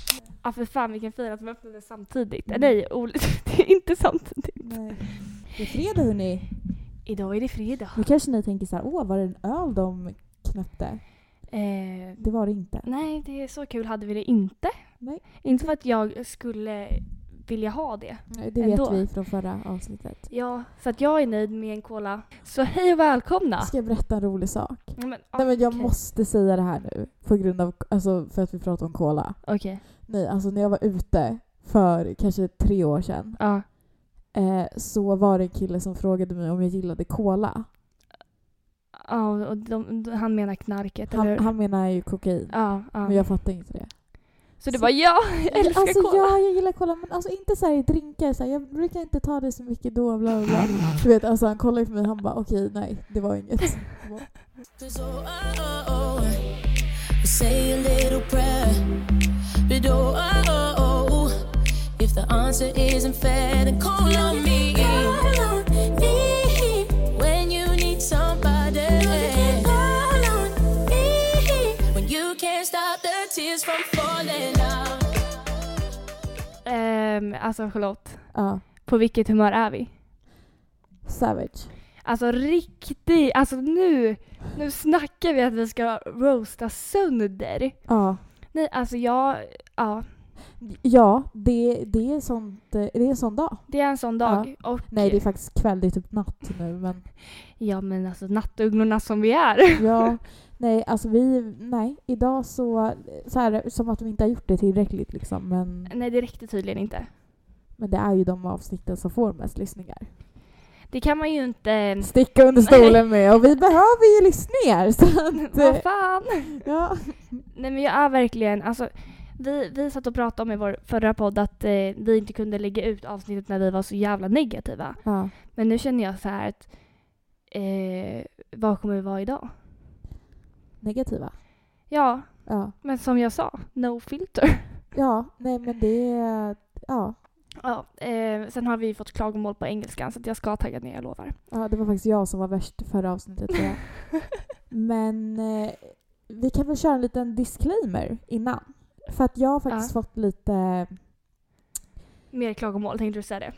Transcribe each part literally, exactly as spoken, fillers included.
Ja, för fan vilken fin att de öppnade samtidigt. Mm. Nej, det är inte samtidigt. Nej. Det är fredag, hörni. Idag är det fredag. Nu kanske ni tänker så här, åh, var det en öl de knäppte? Eh, det var det inte. Nej, det är så kul hade vi det inte. Nej. Inte för att jag skulle vilja ha det. Nej, det ändå. vet vi från förra avsnittet. Ja, så att jag är nöjd med en cola. Så hej och välkomna. Ska jag berätta en rolig sak? Ja, men, Nej, men jag okay. måste säga det här nu. På grund av, alltså för att vi pratar om cola. Okej. Okay. Nej, alltså när jag var ute för kanske tre år sedan. Ja. Eh, så var det en kille som frågade mig om jag gillade cola. Ja, och de, de, han menar knarket, han, eller? Han menar ju kokain. Ja, ja. Men jag fattar inte det. Så det var ja, jag älskar alltså, cola. Ja, jag gillar cola, men alltså inte så här i drinkar. Så här, jag brukar inte ta det så mycket då, bla bla. Du vet, alltså han kollade på mig, han bara okej, okay, nej, det var inget. Say a little prayer, but oh, oh, oh, if the answer isn't fair, then call on me, call on me when you need somebody, call on me when you can't stop the tears from falling out. Um, alltså Charlotte, uh. på vilket humör är vi? Savage. Alltså riktigt, alltså nu nu snackar vi att vi ska roasta sönder. Ja. Nej, alltså jag, ja. Ja, det, det, är sånt, det är en sån dag. Det är en sån dag. Ja. Och nej, det är faktiskt kväll, det är typ natt nu. Men... ja, men alltså nattugnorna som vi är. Ja, nej, alltså vi, nej, idag så, så här, som att vi inte har gjort det tillräckligt liksom. Men... nej, det räckte tydligen inte. Men det är ju de avsnitten som får mest lyssningar. Det kan man ju inte sticka under stolen med. Och vi behöver ju lyssningar. Så att... vad fan? Ja. Nej, men jag är verkligen... Alltså, vi, vi satt och pratade om i vår förra podd att eh, vi inte kunde lägga ut avsnittet när vi var så jävla negativa. Ja. Men nu känner jag så här att... Eh, vad kommer vi vara idag? Negativa? Ja, ja. Men som jag sa, no filter. Ja, nej men det är... Ja. Ja, eh, sen har vi fått klagomål på engelskan så att jag ska tagga ner, jag lovar. Ja, det var faktiskt jag som var värst förra avsnittet. Tror jag. Men eh, vi kan väl köra en liten disclaimer innan. För att jag har faktiskt ja. fått lite... mer klagomål, tänkte du säga det?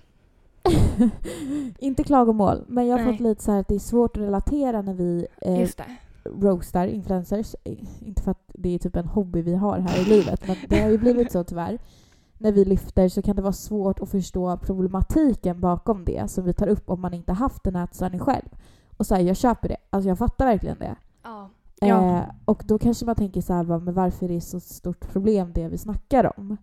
Inte klagomål, men jag har Nej. fått lite så här att det är svårt att relatera när vi eh, Just det. roastar influencers. Inte för att det är typ en hobby vi har här i livet, men det har ju blivit så tyvärr. När vi lyfter så kan det vara svårt att förstå problematiken bakom det som vi tar upp om man inte haft en ätstörning själv. Och så här, jag köper det. Alltså jag fattar verkligen det. Ja. Ja. Eh, och då kanske man tänker så här, men varför är det så stort problem det vi snackar om?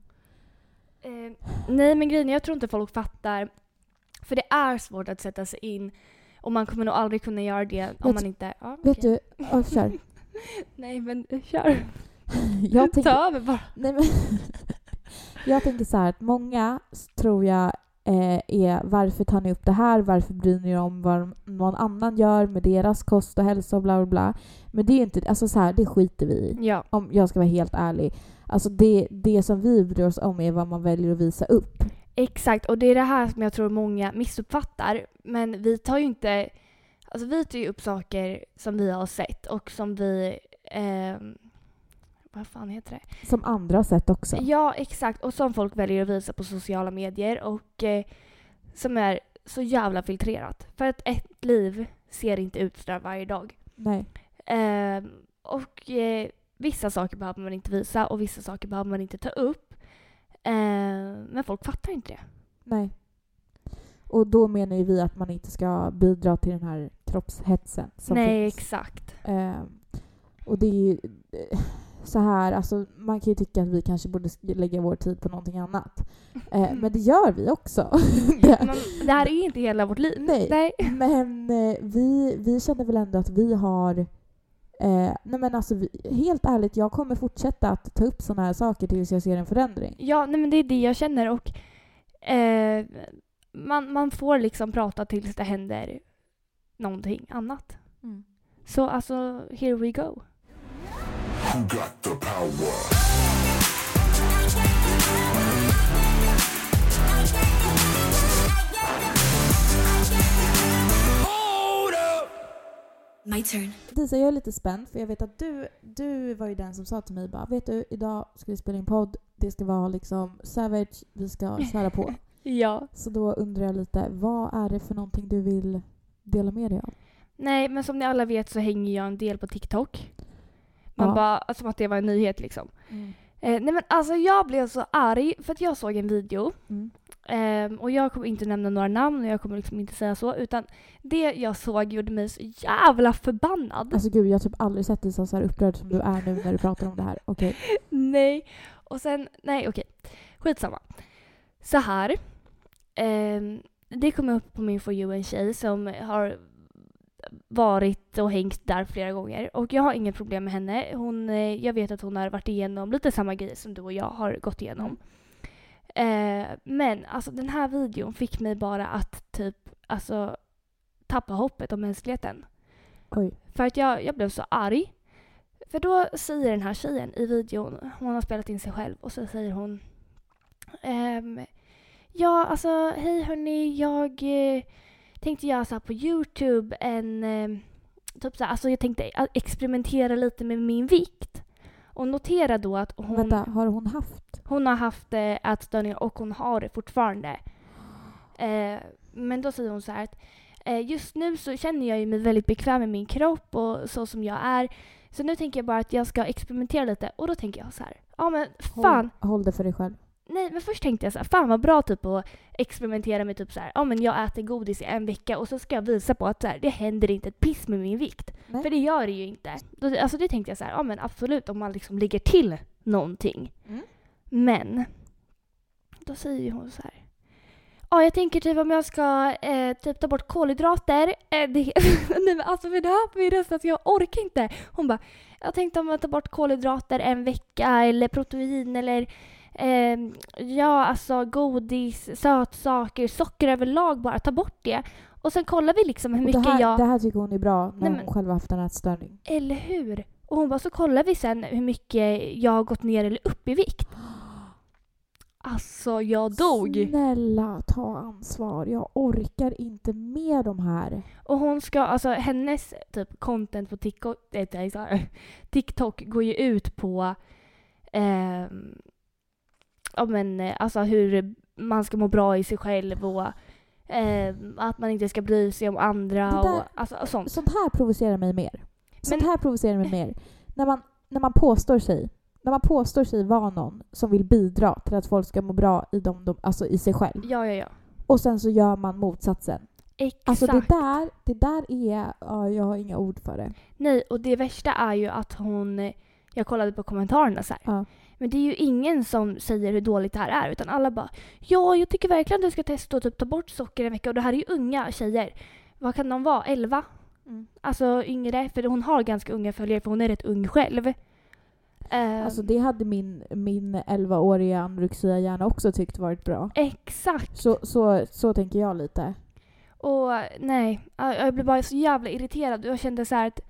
Eh, nej, men grejen, jag tror inte folk fattar. För det är svårt att sätta sig in. Och man kommer nog aldrig kunna göra det vet, om man inte... Ja, vet okay. du? Ja, kör. Nej, men kör. jag tänker, Ta över bara. Nej, men jag tänker så här att många tror jag eh, är varför tar ni upp det här? Varför bryr ni er om vad någon annan gör med deras kost och hälsa och bla bla bla. Men det är inte, alltså så här, det skiter vi i. Ja. Om jag ska vara helt ärlig. Alltså det, det som vi bryr oss om är vad man väljer att visa upp. Exakt, och det är det här som jag tror många missuppfattar. Men vi tar ju inte... Alltså vi tar ju upp saker som vi har sett och som vi... Eh, vad fan heter det? Som andra har sett också. Ja, exakt. Och som folk väljer att visa på sociala medier. Och eh, som är så jävla filtrerat. För att ett liv ser inte ut där varje dag. Nej. Eh, och eh, vissa saker behöver man inte visa och vissa saker behöver man inte ta upp. Eh, men folk fattar inte det. Nej. Och då menar ju vi att man inte ska bidra till den här kroppshetsen som Nej, finns. exakt. Eh, och det är ju så här, alltså man kan ju tycka att vi kanske borde lägga vår tid på någonting annat. Eh, mm. Men det gör vi också. det. Men det här är inte hela vårt liv. Nej, nej. Men eh, vi, vi känner väl ändå att vi har Eh, nej men alltså, vi, helt ärligt, jag kommer fortsätta att ta upp såna här saker tills jag ser en förändring. Ja, nej men det är det jag känner och eh, man, man får liksom prata tills det händer någonting annat. Mm. Så alltså, here we go. Who got the power? My my turn. Disa, jag är lite spänd för jag vet att du, du var ju den som sa till mig bara, vet du, idag ska vi spela in podd, det ska vara liksom savage, vi ska köra på. Ja. Så då undrar jag lite, vad är det för någonting du vill dela med dig av? Nej, men som ni alla vet så hänger jag en del på TikTok. Man Ja. bara, som att det var en nyhet liksom. Mm. Eh, nej men alltså jag blev så arg för att jag såg en video. Mm. Eh, och jag kommer inte nämna några namn och jag kommer liksom inte säga så. Utan det jag såg gjorde mig så jävla förbannad. Alltså gud, jag har typ aldrig sett dig så här upprörd som du är nu när du pratar om det här. Okej. Nej. Och sen, nej okej. Skitsamma. Så här. Eh, det kom upp på min For You en tjej som har varit och hängt där flera gånger. Och jag har inget problem med henne. Hon, eh, jag vet att hon har varit igenom lite samma grejer som du och jag har gått igenom. Eh, men alltså den här videon fick mig bara att typ alltså tappa hoppet om mänskligheten. Oj. För att jag, jag blev så arg. För då säger den här tjejen i videon, hon har spelat in sig själv och så säger hon ehm, ja alltså hej hörni, jag eh, tänkte göra så här på YouTube en eh, typ så här, alltså jag tänkte experimentera lite med min vikt. Och notera då att hon Vänta, har hon haft? Hon har haft eh, ätstörningar och hon har det fortfarande. Eh, men då säger hon så här att eh, just nu så känner jag ju mig väldigt bekväm med min kropp och så som jag är. Så nu tänker jag bara att jag ska experimentera lite. Och då tänker jag så här, ja men fan. Håll, håll det för dig själv. Nej, men först tänkte jag så här, fan vad bra typ att experimentera med typ så här, ja men jag äter godis i en vecka och så ska jag visa på att så här, det händer inte ett piss med min vikt. Nej. För det gör det ju inte. Då, alltså det tänkte jag så här, ja men absolut om man liksom lägger till någonting. Mm. Men då säger hon så här, ja jag tänker typ om jag ska eh, typ ta bort kolhydrater. Eh, det, nej men alltså för det här på min röst att jag orkar inte. Hon bara, jag tänkte om jag tar bort kolhydrater en vecka eller protein eller Eh, ja, alltså godis, sötsaker, socker överlag, bara ta bort det. Och sen kollar vi liksom hur Och mycket det här, jag... Det här tycker hon är bra när Nej, hon men- själv har haft en ätstörning. Eller hur? Och hon bara, så kollar vi sen hur mycket jag har gått ner eller upp i vikt. Alltså, jag dog. Snälla, ta ansvar. Jag orkar inte med de här. Och hon ska, alltså hennes typ content på TikTok, äh, så här, TikTok går ju ut på ehm, ja men eh, alltså hur man ska må bra i sig själv och eh, att man inte ska bry sig om andra Det där- och alltså och sånt. Sånt här provocerar mig mer. Sånt Men- här provocerar mig mer. När man, när man påstår sig när man påstår sig vara någon som vill bidra till att folk ska må bra i, dem, de, alltså i sig själv. Ja, ja, ja. Och sen så gör man motsatsen. Exakt. Alltså det där, det där är... Ja, jag har inga ord för det. Nej, och det värsta är ju att hon, jag kollade på kommentarerna så här. Ja. Men det är ju ingen som säger hur dåligt det här är, utan alla bara, ja, jag tycker verkligen att du ska testa att typ ta bort socker en vecka. Och det här är ju unga tjejer. Vad kan de vara? elva? Mm. Alltså yngre, för hon har ganska unga följare, för hon är rätt ung själv. Eh, Alltså det hade min, min elvaåriga anorexia gärna också tyckt varit bra. Exakt. Så, så, så tänker jag lite. Och nej, jag jag blev bara så jävla irriterad. Jag kände så här att,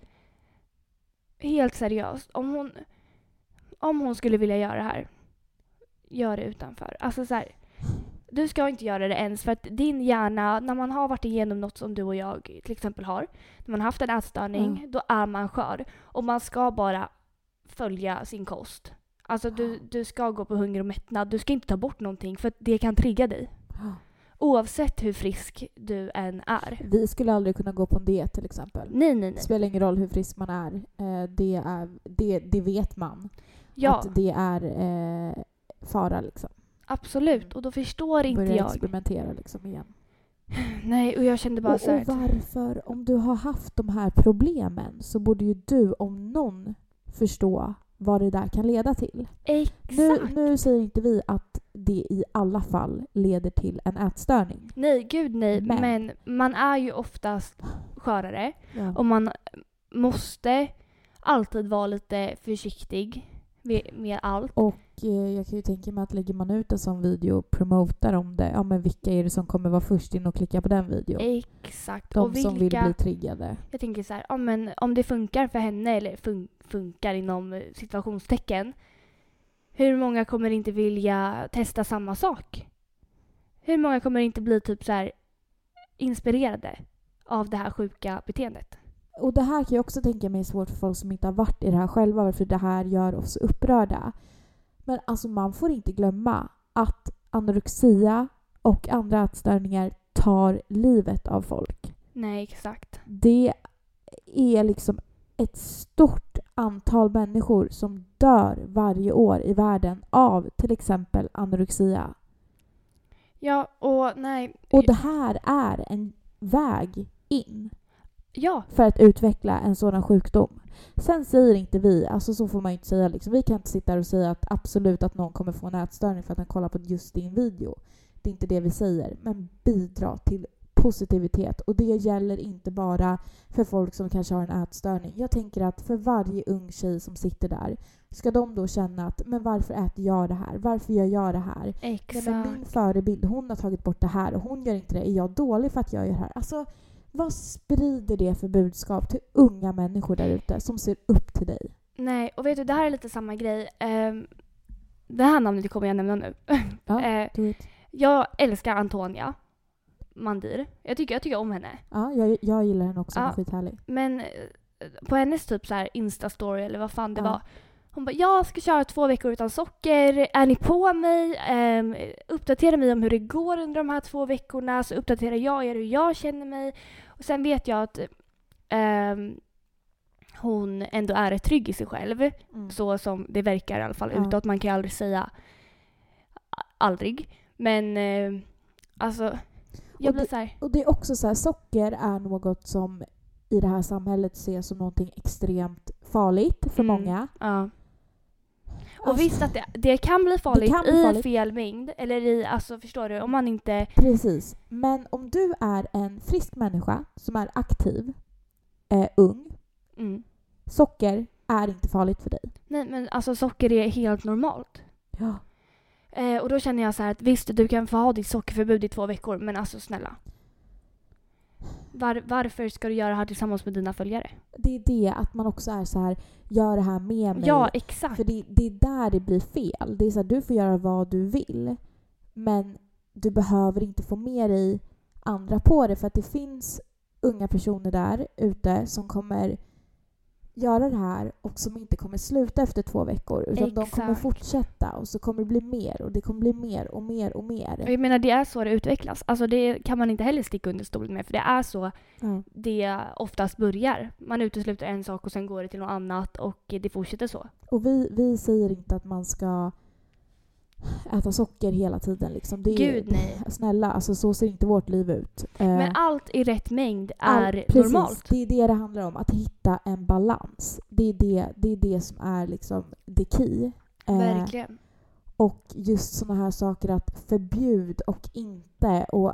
helt seriöst, om hon, om hon skulle vilja göra det här, gör det utanför. Alltså så här, du ska inte göra det ens, för att din hjärna, när man har varit igenom något som du och jag till exempel har, när man har haft en ätstörning, Mm. då är man skör. Och man ska bara följa sin kost. Alltså du, du ska gå på hunger och mättnad. Du ska inte ta bort någonting, för att det kan trigga dig. Oavsett hur frisk du än är. Vi skulle aldrig kunna gå på en diet till exempel. Nej, nej, Det nej. spelar ingen roll hur frisk man är. Eh, Det, är det, det vet man. Ja, Att det är eh, fara liksom. absolut. Och då förstår inte Börja jag. experimentera liksom igen. Nej, och jag kände bara Och, så här. och varför, om du har haft de här problemen, så borde ju du om någon förstå vad det där kan leda till. Nu, Exakt. nu säger inte vi att det i alla fall leder till en ätstörning. Nej, gud nej. Men- Men, man är ju oftast skörare. Ja. Och man måste alltid vara lite försiktig med, med allt. Och eh, jag kan ju tänka mig att lägger man ut en sån video och promotar om det, ja men vilka är det som kommer vara först in och klicka på den videon? Exakt. De och vilka, som vill bli triggade. Jag tänker så här, ja, men om det funkar för henne, eller fun- funkar inom situationstecken, hur många kommer inte vilja testa samma sak? Hur många kommer inte bli typ så här inspirerade av det här sjuka beteendet? och det här kan jag också tänka mig är svårt för folk som inte har varit i det här själva, varför det här gör oss upprörda. Men alltså man får inte glömma att anorexia och andra ätstörningar tar livet av folk. Nej, exakt. Det är liksom ett stort antal människor som dör varje år i världen av till exempel anorexia. Ja, och nej. Och det här är en väg in. Ja. För att utveckla en sådan sjukdom. Sen säger inte vi, alltså så får man ju inte säga liksom, vi kan inte sitta här och säga att absolut att någon kommer få en ätstörning för att han kollar på just din video. Det är inte det vi säger, men bidra till positivitet. Och det gäller inte bara för folk som kanske har en ätstörning. Jag tänker att för varje ung tjej som sitter där, ska de då känna att men varför äter jag det här? Varför gör jag det här? Exakt. Men min förebild, hon har tagit bort det här och hon gör inte det. Är jag dålig för att jag gör det här? Alltså, vad sprider det för budskap till unga människor där ute som ser upp till dig? Nej, och vet du, det här är lite samma grej. Um, det här namnet kommer jag nämna nu. Ja, uh, du vet. Jag älskar Antonia Mandir. Jag tycker, jag tycker om henne. Ja, jag, jag gillar henne också. Ja, hon är skithärlig. Men på hennes typ så här Insta-story eller vad fan det Ja. var. Hon bara, jag ska köra två veckor utan socker. Är ni på mig? Um, uppdatera mig om hur det går under de här två veckorna. Så uppdaterar jag er hur jag känner mig. Och sen vet jag att um, hon ändå är trygg i sig själv. Mm. Så som det verkar i alla fall Ja. utåt. Man kan ju aldrig säga aldrig. Men uh, alltså, jag Och blir så här. Och det är också så här, socker är något som i det här samhället ses som någonting extremt farligt för Mm. många. Ja. Och Alltså, visst att det, det kan bli farligt kan bli i farligt. fel mängd. Eller i, alltså förstår du, om man inte... Precis. Men om du är en frisk människa som är aktiv, eh, ung, Mm. socker är inte farligt för dig. Nej, men alltså socker är helt normalt. Ja. Eh, och då känner jag så här att visst, du kan få ha ditt sockerförbud i två veckor. Men alltså snälla. Var, varför ska du göra det här tillsammans med dina följare? Det är det att man också är så här, gör det här med mig. Ja, exakt. För det, det är där det blir fel. Det är så här, du får göra vad du vill. Men du behöver inte få med dig andra på det. För att det finns unga personer där ute som kommer göra det här och som inte kommer sluta efter två veckor. Utan de kommer Exakt. fortsätta och så kommer det bli mer och det kommer bli mer och mer och mer. Jag menar, det är så det utvecklas. Alltså det kan man inte heller sticka under stolen med. För det är så Ja. det oftast börjar. Man utesluter en sak och sen går det till något annat. Och det fortsätter så. Och vi, vi säger inte att man ska äta socker hela tiden. Liksom. Det är, Gud, nej. Snälla, alltså, så ser inte vårt liv ut. Men Eh, allt i rätt mängd all- är precis, normalt. det är det det handlar om. Att hitta en balans. Det är det, det, är det som är liksom the key. Eh, Verkligen. Och just såna här saker att förbjud och inte. Och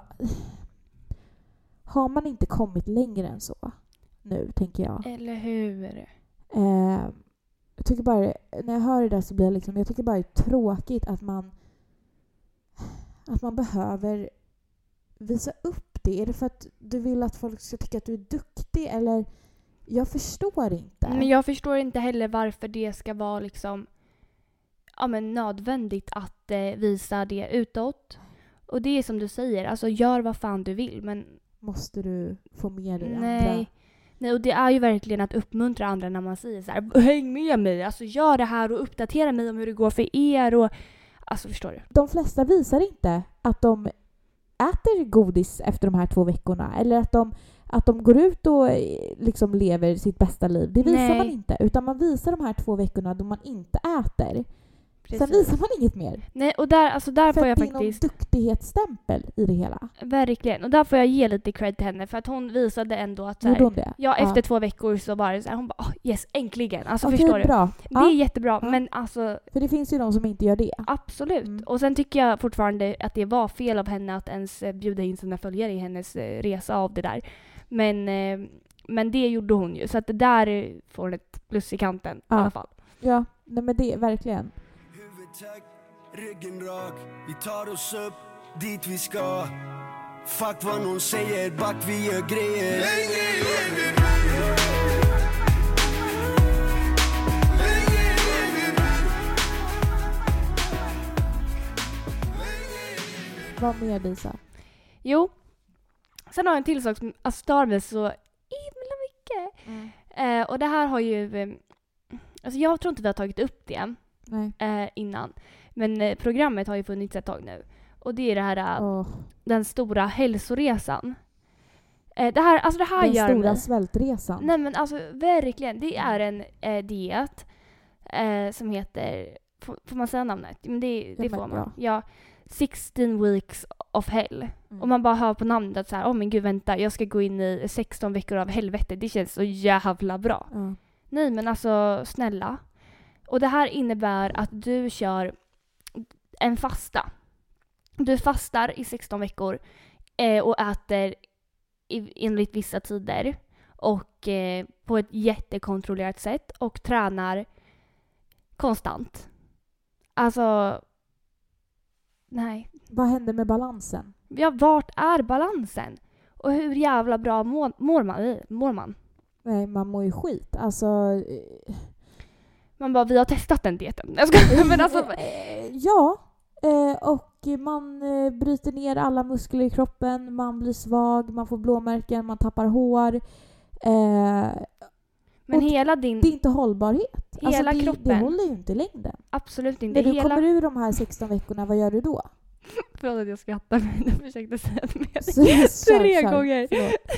har man inte kommit längre än så nu, tänker jag. Eller hur? Eh, jag tycker bara, när jag hör det där så blir jag liksom, jag tycker bara det är tråkigt att man att man behöver visa upp det. Är det för att du vill att folk ska tycka att du är duktig eller jag förstår inte. Men jag förstår inte heller varför det ska vara liksom ja, men nödvändigt att eh, visa det utåt. Och det är som du säger, alltså gör vad fan du vill, men Måste du få med dig nej. andra? Nej, och det är ju verkligen att uppmuntra andra när man säger så här: häng med mig, alltså gör det här och uppdatera mig om hur det går för er och alltså förstår du? De flesta visar inte att de äter godis efter de här två veckorna eller att de, att de går ut och eh, liksom lever sitt bästa liv. Det visar Nej. man inte, utan man visar de här två veckorna då man inte äter. Sen Precis. visar man inget mer. Nej, och där, alltså där För får att jag det är faktiskt någon duktighetsstämpel i det hela. verkligen, och där får jag ge lite cred till henne för att hon visade ändå att så här, Gjorde hon det? ja, efter två veckor så var det så här, hon bara oh, yes, äntligen. Alltså Okej, förstår du? bra. Det Ja, är jättebra, Ja. men alltså för det finns ju de som inte gör det. absolut. Mm. Och sen tycker jag fortfarande att det var fel av henne att ens eh, bjuda in sina följare i hennes eh, resa av det där. Men, eh, men det gjorde hon ju. Så att det där eh, får hon ett plus i kanten Ja. i alla fall. Ja, nej men det verkligen. Huvudtack, ryggen rak. Vi tar oss upp dit vi ska. Fuck vad någon säger, back vi gör grejer. Länge lever vi. Länge lever vi. Vad mer, Lisa? Jo, sen har jag en till sak som alltså, stör mig så himla mycket. Mm. Eh, och det här har ju... Eh, alltså jag tror inte vi har tagit upp det eh, innan. Men eh, programmet har ju funnits ett tag nu. Och det är det här... Oh. Den stora hälsoresan. Eh, det här, alltså det här den gör stora mig, svältresan. Nej men alltså verkligen. Det är en eh, diet eh, som heter... Får, får man säga namnet? Men det, det får man. Ja. ja. sexton weeks of hell. Mm. Och man bara hör på namnet att så här, åh oh, men gud vänta, jag ska gå in i sexton veckor av helvete. Det känns så jävla bra. Mm. Nej men alltså snälla. Och det här innebär att du kör en fasta. Du fastar i sexton veckor eh, och äter i, enligt vissa tider. Och eh, på ett jättekontrollerat sätt. Och tränar konstant. Alltså... Nej. Vad händer med balansen? Ja, vart är balansen? Och hur jävla bra mår, mår, man, mår man? Nej, man mår ju skit. Alltså... Man bara, vi har testat den dieten. Jag ska, men alltså... ja, och man bryter ner alla muskler i kroppen. Man blir svag, man får blåmärken, man tappar hår. Men hela din... Det är inte hållbarhet. Hela alltså det, kroppen. Det håller ju inte i längden. Absolut inte. När du hela... kommer ur de här sexton veckorna, vad gör du då? Förlåt att jag skrattar, men jag försökte säga det med tre kör, gånger.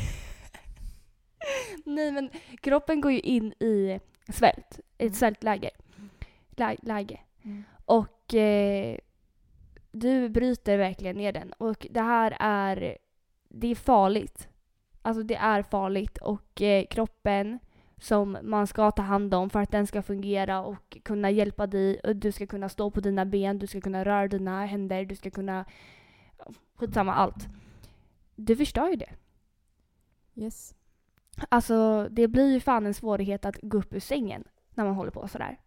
Nej, men kroppen går ju in i svält. Ett mm. svältläge. Lä- läge. Mm. Och eh, du bryter verkligen ner den. Och det här är... Det är farligt. Alltså det är farligt. Och eh, kroppen... som man ska ta hand om för att den ska fungera och kunna hjälpa dig. Du ska kunna stå på dina ben, du ska kunna röra dina händer, du ska kunna... Skitsamma allt. Du förstår ju det. Yes. Alltså, det blir ju fan en svårighet att gå upp ur sängen när man håller på sådär.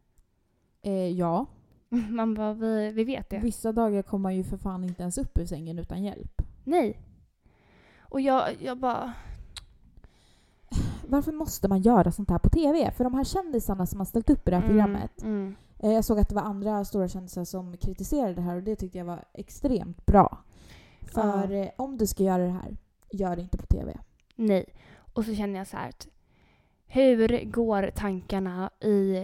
Eh, ja. Man bara, vi, vi vet det. Vissa dagar kommer man ju för fan inte ens upp ur sängen utan hjälp. Nej. Och jag, jag bara... Varför måste man göra sånt här på tv? För de här kändisarna som har ställt upp i det här programmet. Mm, mm. Jag såg att det var andra stora kändisar som kritiserade det här. Och det tyckte jag var extremt bra. För ja. om du ska göra det här, gör det inte på tv. Nej. Och så känner jag så här att hur går tankarna i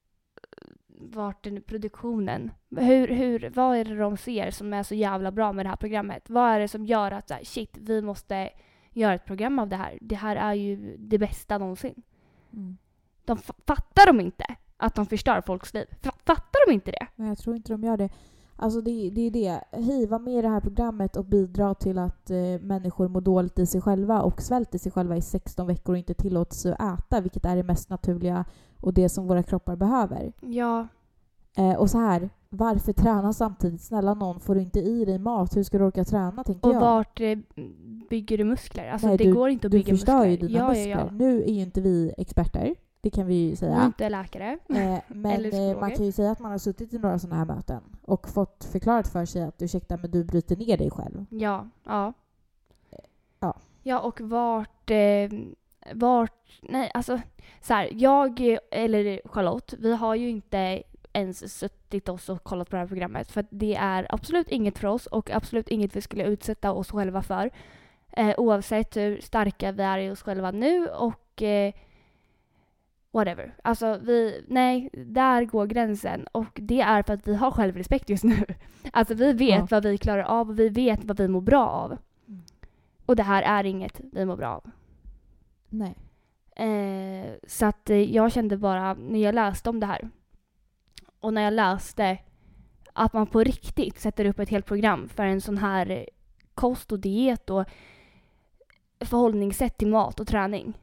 vart den produktionen? Hur, hur, vad är det de ser som är så jävla bra med det här programmet? Vad är det som gör att så här, shit, vi måste... göra ett program av det här. Det här är ju det bästa någonsin. Mm. De f- fattar de inte att de förstör folks liv? F- fattar de inte det? Nej, jag tror inte de gör det. Alltså det, det är det. Hiva med i det här programmet och bidra till att eh, människor mår dåligt i sig själva och svälter sig själva i sexton veckor och inte tillåter sig att äta, vilket är det mest naturliga och det som våra kroppar behöver. Ja. Eh, och så här, varför träna samtidigt? Snälla någon, får du inte i dig mat? Hur ska du orka träna, tänker och jag. Och vart eh, bygger du muskler? Alltså Nej, det du, går inte att bygga muskler. Du förstör ju dina ja, muskler. Ja, ja. Nu är ju inte vi experter. Det kan vi ju säga. Jag är inte läkare. Eh, men eh, man kan ju säga att man har suttit i några sådana här möten och fått förklarat för sig att ursäkta, men du bryter ner dig själv. Ja, ja. Ja. Ja, och vart... Eh, vart... Nej, alltså... Så här, jag eller Charlotte, vi har ju inte ens suttit oss och kollat på det här programmet. För att det är absolut inget för oss och absolut inget vi skulle utsätta oss själva för. Eh, oavsett hur starka vi är i oss själva nu och... Eh, whatever. Alltså vi, nej, där går gränsen. Och det är för att vi har självrespekt just nu. Alltså vi vet ja. vad vi klarar av och vi vet vad vi mår bra av. Mm. Och det här är inget vi mår bra av. Nej. Eh, så att jag kände bara, när jag läste om det här och när jag läste att man på riktigt sätter upp ett helt program för en sån här kost och diet och förhållningssätt till mat och träning.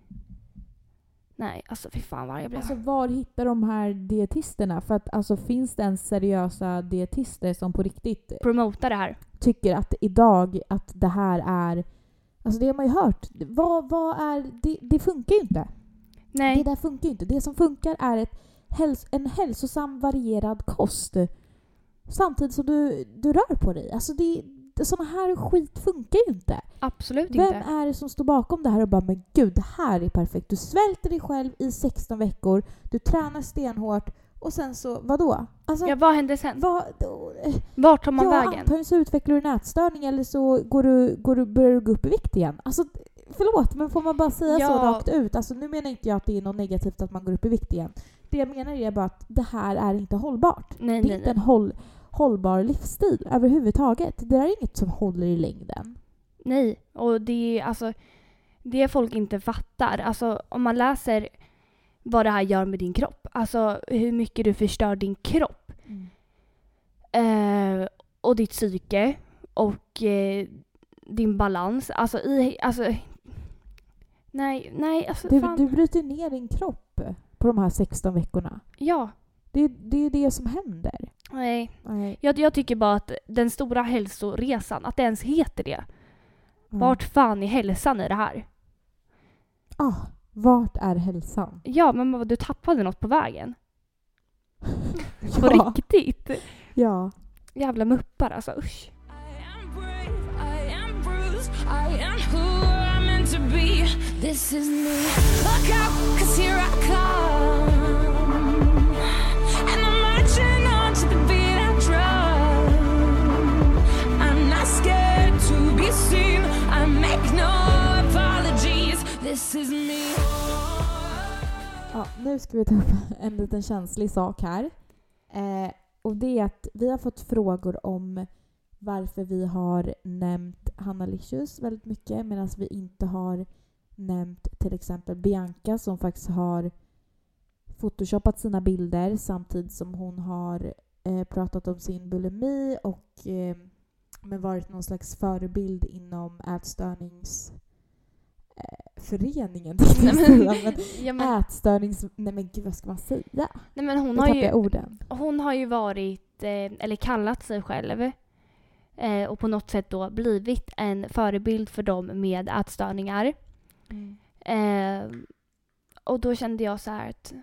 Nej, alltså fy fan vad jag blev. Alltså var hittar de här dietisterna? För att alltså finns det ens seriösa dietister som på riktigt promotar det här? Tycker att idag att det här är... Alltså det har man ju hört. Vad, vad är... Det, det funkar ju inte. Nej. Det där funkar ju inte. Det som funkar är ett häls, en hälsosam varierad kost. Samtidigt som du, du rör på dig. Alltså det... Såna här skit funkar ju inte. Absolut Vem inte. Vem är det som står bakom det här och bara, men gud, det här är perfekt. Du svälter dig själv i sexton veckor. Du tränar stenhårt. Och sen så, vadå? Alltså, ja, vad händer sen? Vad, då, Vart tar man ja, vägen? Antagligen så utvecklar du nätstörning eller så går du, går du, börjar du gå upp i vikt igen. Alltså, förlåt, men får man bara säga Ja. så rakt ut? Alltså nu menar inte jag att det är något negativt att man går upp i vikt igen. Det jag menar är bara att det här är inte hållbart. Nej, det är nej, inte nej. en håll, hållbar livsstil överhuvudtaget. Det där är inget som håller i längden. Nej, och det är alltså det folk inte fattar. Alltså om man läser vad det här gör med din kropp. Alltså hur mycket du förstör din kropp. Mm. Eh, och ditt psyke. Och eh, din balans. Alltså i... Alltså, nej, nej, alltså Du, fan. du bryter ner din kropp på de här sexton veckorna. Ja, Det, det är det som händer. nej. Nej. Jag, jag tycker bara att den stora hälsoresan, att det ens heter det. Ja. Vart fan är hälsan i det här? Ah, vart är hälsan? Ja, men vad, du tappade något på vägen. På Ja. riktigt. Ja. Jävla muppar, alltså usch. I am brave, I am bruised, I am who I'm meant to be. This is me. Look out, 'cause here I come. And I'm marching on to the beat I drum. I'm not scared to be seen. I make no apologies. This is me. Ja, nu ska vi ta upp en liten känslig sak här. Eh, och det är att vi har fått frågor om varför vi har nämnt Hanna Licious väldigt mycket medan vi inte har nämnt till exempel Bianca som faktiskt har photoshoppat sina bilder samtidigt som hon har eh, pratat om sin bulimi och eh, men varit någon slags förebild inom ätstörnings eh, föreningen. Nej, men, men, ja, men, ätstörnings... Nej men gud, vad ska man säga? nej, men hon, Nu har tappar ju, jag orden. hon har ju varit, eh, eller kallat sig själv eh, och på något sätt då blivit en förebild för dem med ätstörningar. Mm. Eh, och då kände jag så här att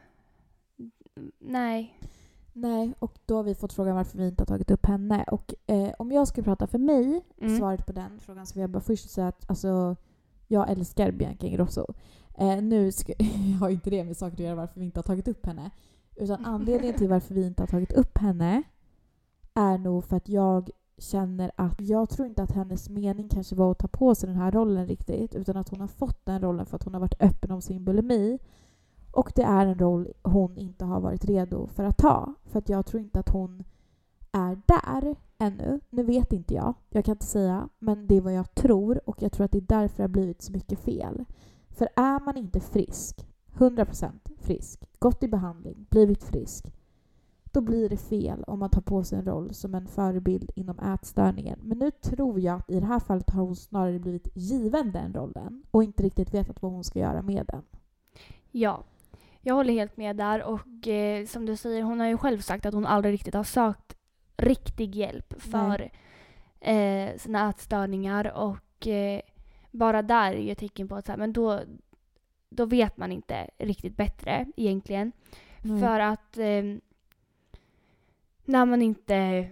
nej. Nej, och då har vi fått frågan varför vi inte har tagit upp henne. Och eh, om jag ska prata för mig, Mm. svaret på den frågan, så vill jag bara först säga att alltså, jag älskar Bianca Ingrosso. Eh, nu ska, jag har inte det med saker att göra varför vi inte har tagit upp henne. Utan anledningen till varför vi inte har tagit upp henne är nog för att jag känner att jag tror inte att hennes mening kanske var att ta på sig den här rollen riktigt, utan att hon har fått den rollen för att hon har varit öppen om sin bulimi. Och det är en roll hon inte har varit redo för att ta. För att jag tror inte att hon är där ännu. Nu vet inte jag. Jag kan inte säga. Men det är vad jag tror. Och jag tror att det är därför det har blivit så mycket fel. För är man inte frisk, hundra procent frisk, gått i behandling, blivit frisk, då blir det fel om man tar på sig en roll som en förebild inom ätstörningen. Men nu tror jag att i det här fallet har hon snarare blivit given den rollen och inte riktigt vetat vad hon ska göra med den. Ja, jag håller helt med där och eh, som du säger, hon har ju själv sagt att hon aldrig riktigt har sökt riktig hjälp för eh, sina ätstörningar och eh, bara där är ju ett tecken på att så här, men då, då vet man inte riktigt bättre egentligen. Nej. För att eh, när man inte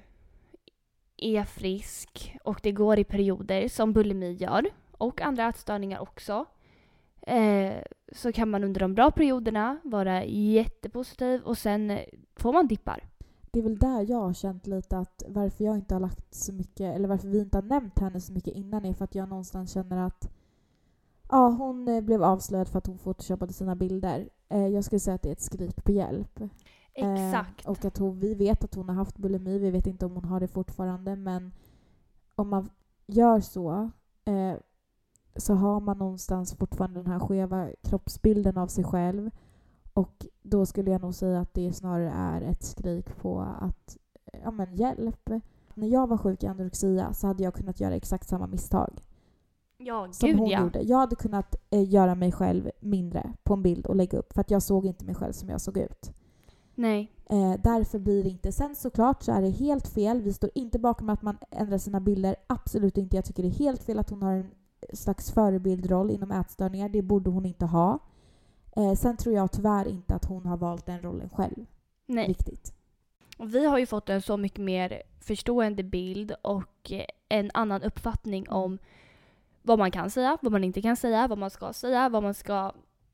är frisk och det går i perioder som bulimi gör och andra ätstörningar också, eh, så kan man under de bra perioderna vara jättepositiv och sen eh, får man dippar. Det är väl där jag har känt lite att varför jag inte har lagt så mycket, eller varför vi inte har nämnt henne så mycket innan, är för att jag någonstans känner att ja, hon eh, blev avslöjad för att hon photoshoppade sina bilder. Eh, jag skulle säga att det är ett skrik på hjälp. Exakt. Eh, och att hon, vi vet att hon har haft bulimi, vi vet inte om hon har det fortfarande, men om man gör så eh, så har man någonstans fortfarande den här skeva kroppsbilden av sig själv. Och då skulle jag nog säga att det snarare är ett skrik på att, ja men hjälp. När jag var sjuk i anorexia så hade jag kunnat göra exakt samma misstag Ja, som gud hon ja. gjorde. Jag hade kunnat eh, göra mig själv mindre på en bild och lägga upp för att jag såg inte mig själv som jag såg ut. Nej. Eh, därför blir det inte. Sen såklart så är det helt fel. Vi står inte bakom att man ändrar sina bilder. Absolut inte. Jag tycker det är helt fel att hon har en slags förebildroll inom ätstörningar. Det borde hon inte ha. Eh, sen tror jag tyvärr inte att hon har valt den rollen själv. Nej. Riktigt. Och vi har ju fått en så mycket mer förstående bild och eh, en annan uppfattning om vad man kan säga, vad man inte kan säga, vad man ska säga, vad man ska...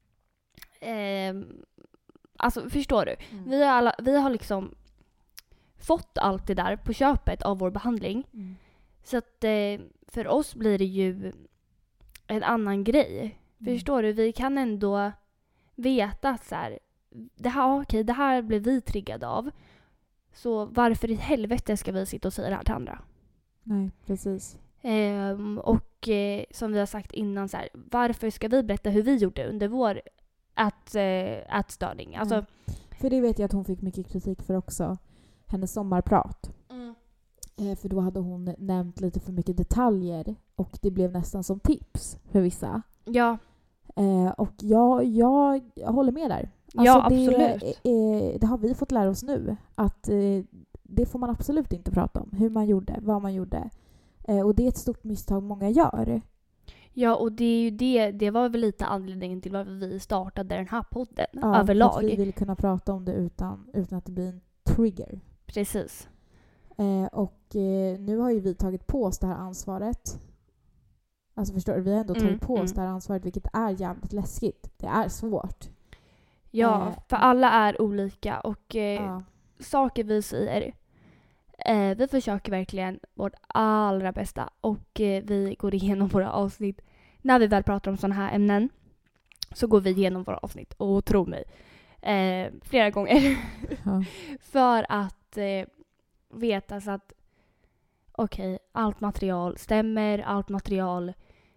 Eh, alltså, förstår du? Mm. Vi, har alla, vi har liksom fått allt det där på köpet av vår behandling. Mm. Så att eh, för oss blir det ju en annan grej. Mm. Förstår du? Vi kan ändå veta att så här, det här, okej, det här blev vi triggade av. Så varför i helvete ska vi sitta och säga det här till andra? Nej, precis. Ehm, och eh, som vi har sagt innan, så här, varför ska vi berätta hur vi gjorde under vår ät, eh, ätstörning? Alltså, Mm. För det vet jag att hon fick mycket kritik för också. Hennes sommarprat. mm. Eh, för då hade hon nämnt lite för mycket detaljer. Och det blev nästan som tips för vissa. Ja, Eh, och jag, jag, jag håller med där. Ja, det, absolut. Eh, det har vi fått lära oss nu. Att eh, det får man absolut inte prata om. Hur man gjorde, vad man gjorde. Eh, och det är ett stort misstag många gör. ja, och det är ju det, det var väl lite anledningen till varför vi startade den här podden Ja, överlag. Att vi vill kunna prata om det utan, utan att det blir en trigger. Precis. Eh, och eh, nu har ju vi tagit på oss det här ansvaret. Alltså förstår du, vi har ändå tagit Mm, på oss mm. det här ansvaret, vilket är jävligt läskigt. Det är svårt. Ja, Eh, för alla är olika och eh, Ja. saker vi säger, eh, vi försöker verkligen vårt allra bästa och eh, vi går igenom våra avsnitt. När vi väl pratar om sådana här ämnen så går vi igenom våra avsnitt och tro mig, eh, flera gånger. Ja. För att eh, veta så att okej, okay, allt material stämmer, allt material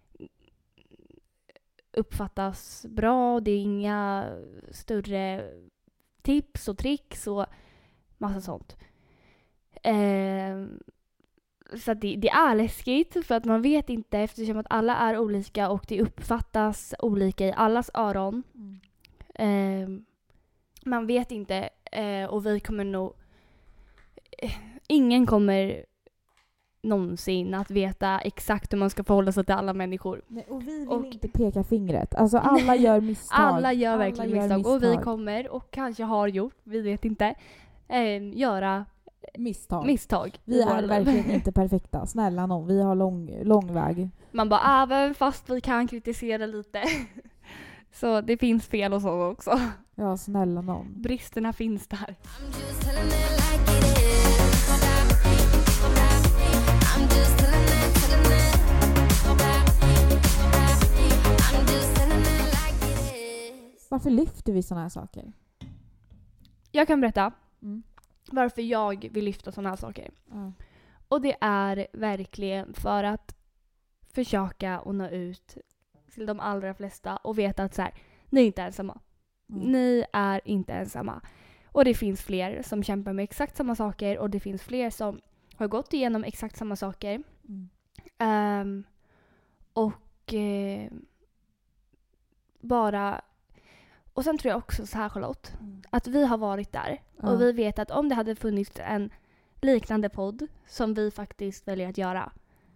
uppfattas bra, det är inga större tips och tricks och massa sånt. Eh, så att det, det är läskigt för att man vet inte, eftersom att alla är olika och det uppfattas olika i allas öron. Mm. Eh, man vet inte eh, och vi kommer nog eh, ingen kommer någonsin att veta exakt hur man ska förhålla sig till alla människor. Nej, och vi vill Och- inte peka fingret. Alltså alla gör misstag. Alla gör verkligen Alla gör misstag. Och vi misstag. kommer, och kanske har gjort, vi vet inte, eh, göra misstag. misstag. Vi i våra är liv. verkligen inte perfekta. Snälla någon, vi har lång, lång väg. Man bara, även fast vi kan kritisera lite. Så det finns fel och så också. Ja, snälla någon. Bristerna finns där. I'm just telling it like it is. I'm just telling it, telling it. I'm just telling it like it is. Varför lyfter vi såna här saker? Jag kan berätta Mm. varför jag vill lyfta sådana här saker. Ja. Och det är verkligen för att försöka att nå ut till de allra flesta och veta att så här, ni är inte ensamma. Mm. Ni är inte ensamma. Och det finns fler som kämpar med exakt samma saker och det finns fler som har gått igenom exakt samma saker. Mm. Ehm, och eh, bara... Och sen tror jag också så här, Charlotte, Mm. att vi har varit där. Ja. Och vi vet att om det hade funnits en liknande podd som vi faktiskt väljer att göra,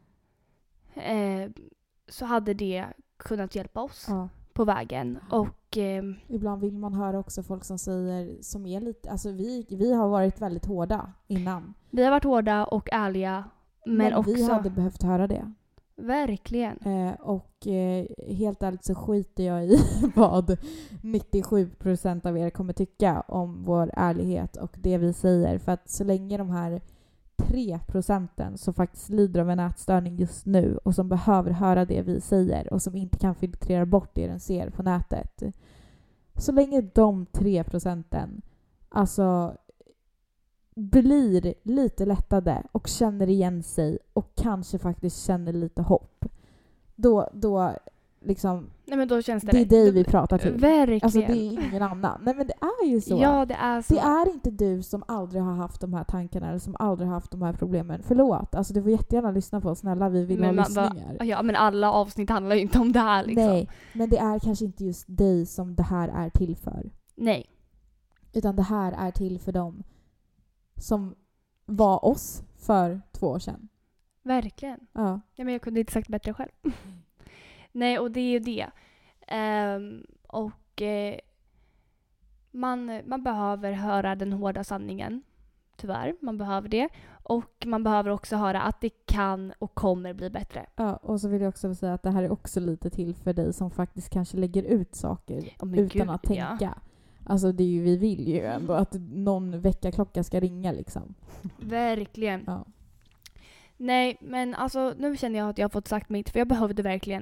eh, så hade det kunnat hjälpa oss Ja. på vägen. Och eh, Ibland vill man höra också folk som säger, som är lite, alltså vi, vi har varit väldigt hårda innan. vi har varit hårda och ärliga. Men, Men också... vi hade behövt höra det. Verkligen. Eh, och eh, helt ärligt så skiter jag i vad nittiosju procent av er kommer tycka om vår ärlighet och det vi säger. För att så länge de här tre procenten som faktiskt lider av en ätstörning just nu och som behöver höra det vi säger och som inte kan filtrera bort det den ser på nätet. Så länge de tre procenten alltså blir lite lättade och känner igen sig och kanske faktiskt känner lite hopp. Då, då liksom, Nej, men då känns det det är rätt. dig vi pratar till. Verkligen. Alltså det är ingen annan. Nej men det är ju så. Ja, det är så. Det är inte du som aldrig har haft de här tankarna eller som aldrig har haft de här problemen. Förlåt. Alltså du får jättegärna lyssna på oss. Snälla, vi vill Men ha man bara- lyssningar. Ja, men alla avsnitt handlar ju inte om det här liksom. Nej, men det är kanske inte just dig som det här är till för. Nej. Utan det här är till för dem som var oss för två år sedan. Verkligen. Ja. Ja, men jag kunde inte sagt bättre själv. Nej, och det är ju det. Ehm, och eh, man, man behöver höra den hårda sanningen. Tyvärr, man behöver det. Och man behöver också höra att det kan och kommer bli bättre. Ja, och så vill jag också säga att det här är också lite till för dig som faktiskt kanske lägger ut saker Oh, men utan gud, att ja. tänka. Alltså det är ju, vi vill ju ändå att någon väckarklocka ska ringa liksom. Verkligen. Ja. Nej, men alltså nu känner jag att jag har fått sagt mitt. För jag behövde verkligen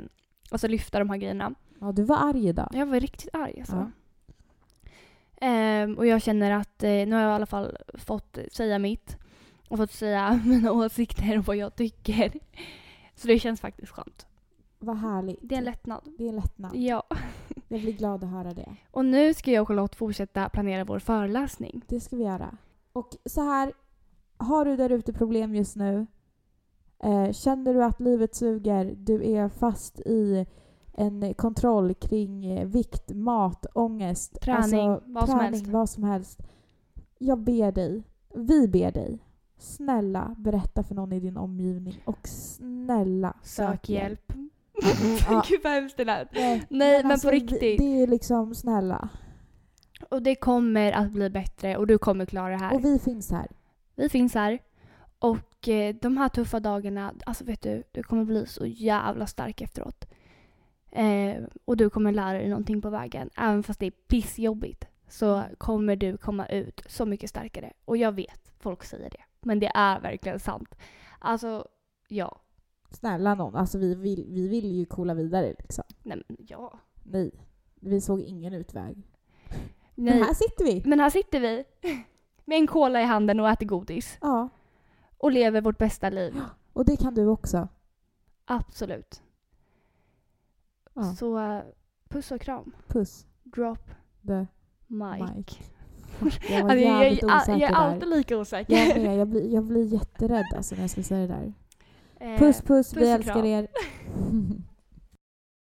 Alltså lyfta de här grejerna. Ja, du var arg idag. Jag var riktigt arg alltså. Ja. Ehm, och jag känner att eh, nu har jag i alla fall fått säga mitt. Och fått säga mina åsikter och vad jag tycker. Så det känns faktiskt skönt. Vad härligt. Det är en lättnad. Det är en lättnad. Ja. Jag blir glad att höra det. Och nu ska jag och Charlotte fortsätta planera vår föreläsning. Det ska vi göra. Och så här, har du där ute problem just nu? Eh, känner du att livet suger? Du är fast i en kontroll kring eh, vikt, mat, ångest. Träning, alltså, vad som träning, helst. vad som helst. Jag ber dig. Vi ber dig. Snälla, berätta för någon i din omgivning. Och snälla, Sök hjälp. Ja. Gud vad hemskt det lät. Nej, Nej, men alltså, på riktigt. Det, det är liksom snälla. Och det kommer att bli bättre och du kommer klara det här. Och vi finns här. Vi finns här. Och eh, de här tuffa dagarna, alltså vet du, du kommer bli så jävla stark efteråt. Eh, och du kommer lära dig någonting på vägen. Även fast det är pissjobbigt så kommer du komma ut så mycket starkare. Och jag vet, folk säger det. Men det är verkligen sant. Alltså, ja. Snälla någon. Alltså vi vill, vi vill ju kolla vidare liksom. Nej, men ja. Nej. Vi såg ingen utväg. Nej. Men här sitter vi. Men här sitter vi. Med en cola i handen och äter godis. Ja. Och lever vårt bästa liv. Och det kan du också. Absolut. Ja. Så uh, puss och kram. Puss. Drop The mic. mic. Jag var Alltså, jag, jävligt jag, osäker jag är där. alltid lika osäker. Jag, med, jag, blir, jag blir jätterädd alltså när jag ska säga det där. Eh, Puss puss, puss vi och älskar kram. er.